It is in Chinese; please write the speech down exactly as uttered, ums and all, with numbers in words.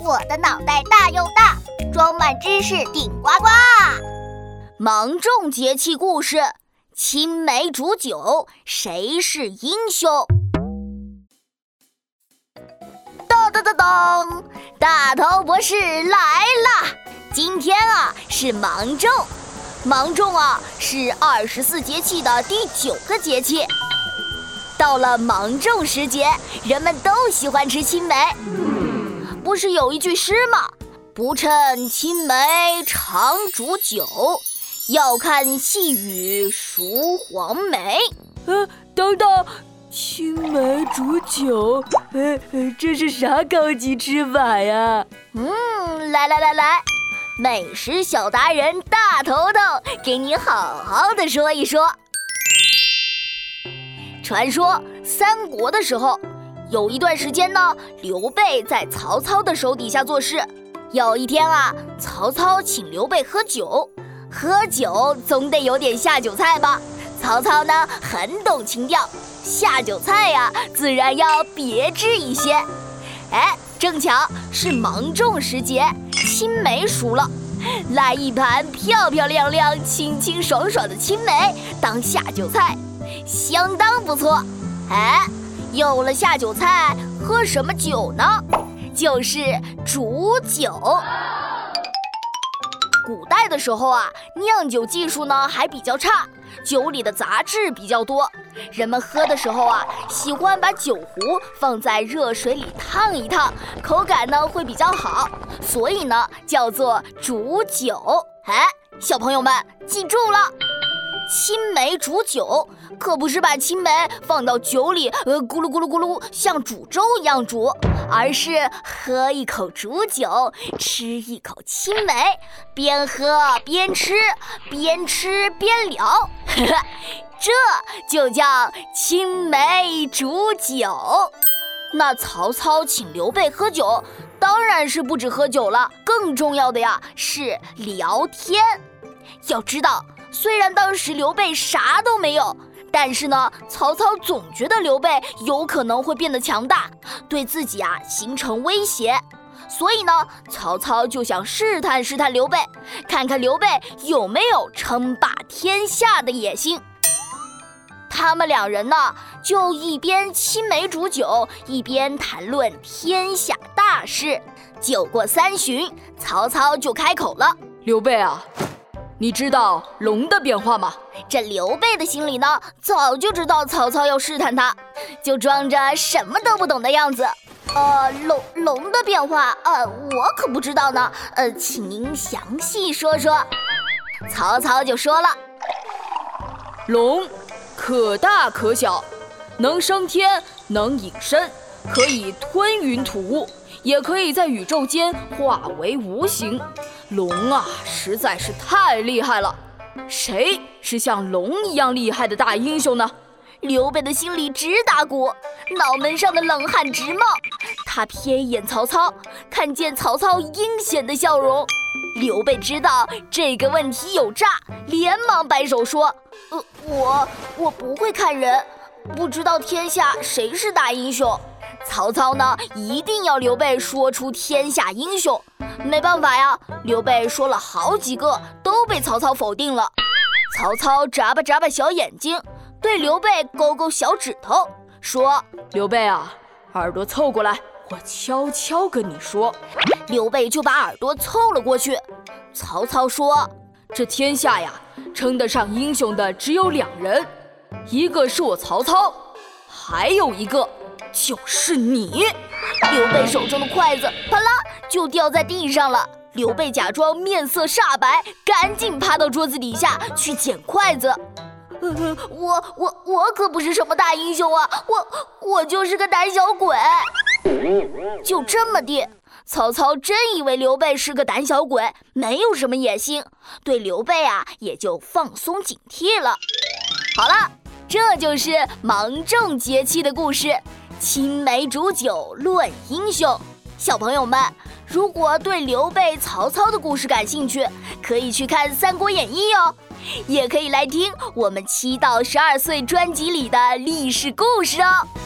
我的脑袋大又大，装满知识顶呱呱。芒种节气故事，青梅煮酒，谁是英雄？当当当当，大头博士来啦！今天啊是芒种，芒种啊是二十四节气的第九个节气。到了芒种时节，人们都喜欢吃青梅。不是有一句诗吗？不趁青梅常煮酒，要看细雨熟黄梅。 呃，等等，青梅煮酒，呃呃，这是啥高级吃法呀？ 嗯，来来来来，美食小达人大头头给你好好的说一说。传说三国的时候，有一段时间呢，刘备在曹操的手底下做事。有一天啊，曹操请刘备喝酒，喝酒总得有点下酒菜吧。曹操呢很懂情调，下酒菜呀、啊、自然要别致一些。哎，正巧是芒种时节，青梅熟了，来一盘漂漂亮亮、清清爽爽的青梅当下酒菜，相当不错。哎，有了下酒菜，喝什么酒呢？就是煮酒。古代的时候啊，酿酒技术呢还比较差，酒里的杂质比较多，人们喝的时候啊，喜欢把酒壶放在热水里烫一烫，口感呢会比较好，所以呢叫做煮酒。哎，小朋友们记住了，青梅煮酒可不是把青梅放到酒里，呃，咕噜咕噜咕噜，像煮粥一样煮，而是喝一口煮酒，吃一口青梅，边喝边吃，边吃边聊，呵呵，这就叫青梅煮酒。那曹操请刘备喝酒，当然是不止喝酒了，更重要的呀是聊天。要知道，虽然当时刘备啥都没有，但是呢，曹操总觉得刘备有可能会变得强大，对自己啊形成威胁，所以呢，曹操就想试探试探刘备，看看刘备有没有称霸天下的野心。他们两人呢，就一边青梅煮酒，一边谈论天下大事。酒过三巡，曹操就开口了：“ 刘备啊，你知道龙的变化吗？” 这刘备的心里呢，早就知道曹操要试探他，就装着什么都不懂的样子。呃，龙龙的变化，呃，我可不知道呢。呃，请您详细说说。曹操就说了： 龙可大可小，能升天，能隐身，可以吞云吐雾，也可以在宇宙间化为无形。龙啊，实在是太厉害了！谁是像龙一样厉害的大英雄呢？ 刘备的心里直打鼓，脑门上的冷汗直冒。他瞥一眼曹操，看见曹操阴险的笑容。刘备知道这个问题有诈，连忙摆手说：呃，我我不会看人，不知道天下谁是大英雄。曹操呢，一定要刘备说出天下英雄。没办法呀，刘备说了好几个，都被曹操否定了。曹操眨巴眨巴小眼睛，对刘备勾勾小指头，说： 刘备啊，耳朵凑过来，我悄悄跟你说。 刘备就把耳朵凑了过去。曹操说： 这天下呀，称得上英雄的只有两人，一个是我曹操，还有一个就是你。刘备手中的筷子啪啦就掉在地上了。 刘备假装面色煞白，赶紧趴到桌子底下去捡筷子。呃、我我我可不是什么大英雄啊，我我就是个胆小鬼。就这么地，曹操真以为刘备是个胆小鬼，没有什么野心，对刘备啊也就放松警惕了。好了，这就是芒种节气的故事，青梅煮酒论英雄。小朋友们，如果对刘备、曹操的故事感兴趣，可以去看《三国演义》哦，也可以来听我们七到十二岁专辑里的历史故事哦。